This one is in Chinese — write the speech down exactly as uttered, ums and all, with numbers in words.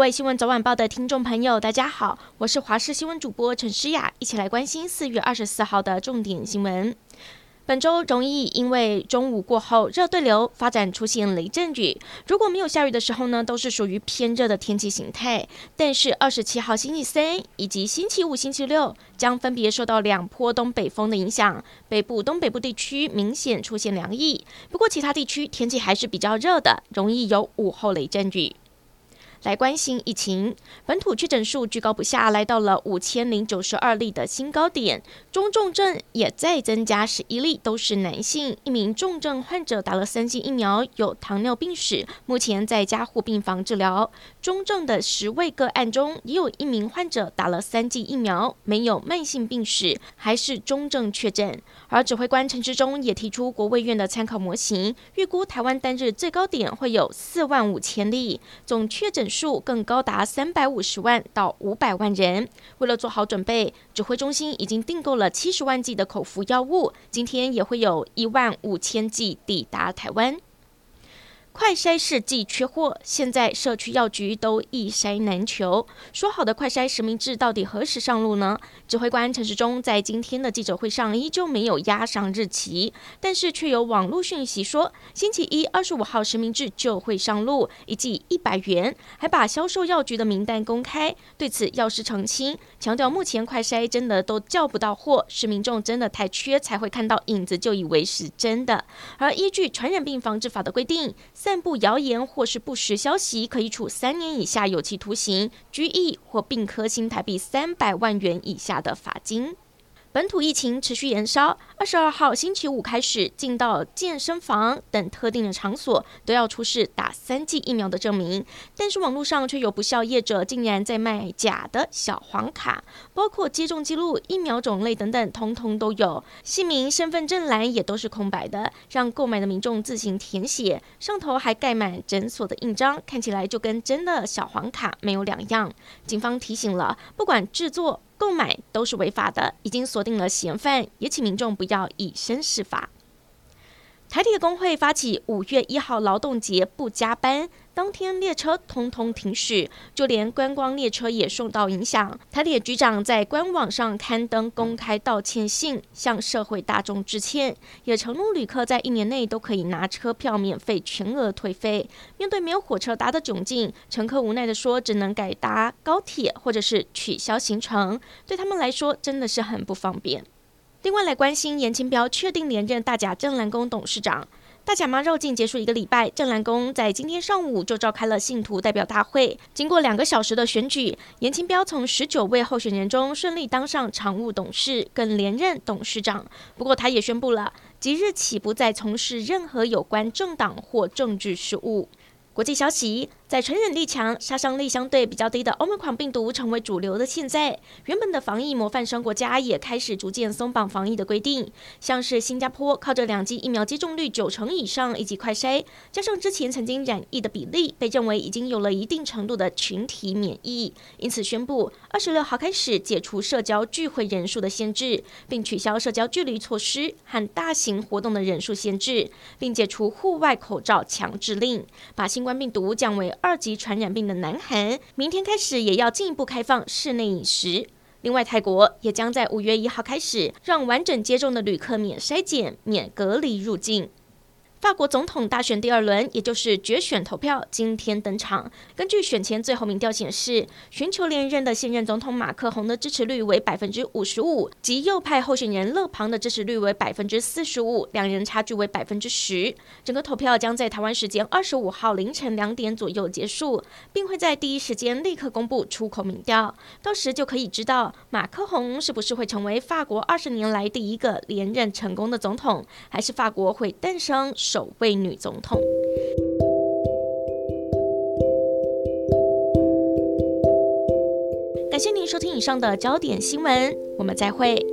位新闻早晚报的听众朋友，大家好，我是华视新闻主播陈诗雅，一起来关心四月二十四号的重点新闻。本周容易因为中午过后热对流发展出现雷阵雨，如果没有下雨的时候呢，都是属于偏热的天气形态。但是二十七号星期三以及星期五、星期六将分别受到两波东北风的影响，北部、东北部地区明显出现凉意，不过其他地区天气还是比较热的，容易有午后雷阵雨。来关心疫情，本土确诊数居高不下，来到了五千零九十二例的新高点。中重症也再增加十一例，都是男性。一名重症患者打了三剂疫苗，有糖尿病史，目前在加护病房治疗。中症的十位个案中，也有一名患者打了三剂疫苗，没有慢性病史，还是中症确诊。而指挥官陈时中也提出国卫院的参考模型，预估台湾单日最高点会有四万五千例，总确诊数更高达三百五十万到五百万人。为了做好准备，指挥中心已经订购了七十万剂的口服药物，今天也会有一万五千剂抵达台湾。快筛试剂缺货，现在社区药局都一筛难求。说好的快筛实名制到底何时上路呢？指挥官陈时中在今天的记者会上依旧没有压上日期，但是却有网络讯息说，星期一二十五号实名制就会上路，一剂一百元，还把销售药局的名单公开。对此，药师澄清，强调目前快筛真的都叫不到货，是民众真的太缺才会看到影子就以为是真的。而依据传染病防治法的规定，散布谣言或是不实消息，可以处三年以下有期徒刑、拘役或并科新台币三百万元以下的罚金。本土疫情持续延烧，二十二号星期五开始，进到健身房等特定的场所都要出示打三剂疫苗的证明。但是网络上却有不肖业者竟然在卖假的小黄卡，包括接种记录、疫苗种类等等，通通都有。姓名、身份证栏也都是空白的，让购买的民众自行填写，上头还盖满诊所的印章，看起来就跟真的小黄卡没有两样。警方提醒了，不管制作、购买都是违法的，已经锁定了嫌犯，也请民众不要以身试法。台铁工会发起五月一号劳动节不加班，当天列车通通停驶，就连观光列车也受到影响。台铁局长在官网上刊登公开道歉信，向社会大众致歉，也承诺旅客在一年内都可以拿车票免费全额退费。面对没有火车搭的窘境，乘客无奈地说，只能改搭高铁或者是取消行程，对他们来说真的是很不方便。另外来关心颜清标确定连任大甲镇澜宫董事长。大甲妈绕境结束一个礼拜，镇澜宫在今天上午就召开了信徒代表大会。经过两个小时的选举，颜清标从十九位候选人中顺利当上常务董事，更连任董事长。不过他也宣布了，即日起不再从事任何有关政党或政治事务。国际消息，在传染力强、杀伤力相对比较低的 Omicron 病毒成为主流的现在，原本的防疫模范生国家也开始逐渐松绑防疫的规定。像是新加坡靠着两剂疫苗接种率九成以上以及快筛，加上之前曾经染疫的比例，被认为已经有了一定程度的群体免疫，因此宣布二十六号开始解除社交聚会人数的限制，并取消社交距离措施和大型活动的人数限制，并解除户外口罩强制令，把新冠病毒降为二级传染病的南韩，明天开始也要进一步开放室内饮食。另外，泰国也将在五月一号开始，让完整接种的旅客免筛检、免隔离入境。法国总统大选第二轮，也就是决选投票，今天登场。根据选前最后民调显示，寻求连任的现任总统马克宏的支持率为百分之五十五，及右派候选人勒庞的支持率为百分之四十五，两人差距为百分之十。整个投票将在台湾时间二十五号凌晨两点左右结束，并会在第一时间立刻公布出口民调，到时就可以知道马克宏是不是会成为法国二十年来第一个连任成功的总统，还是法国会诞生首位女总统。感谢您收听以上的焦点新闻，我们再会。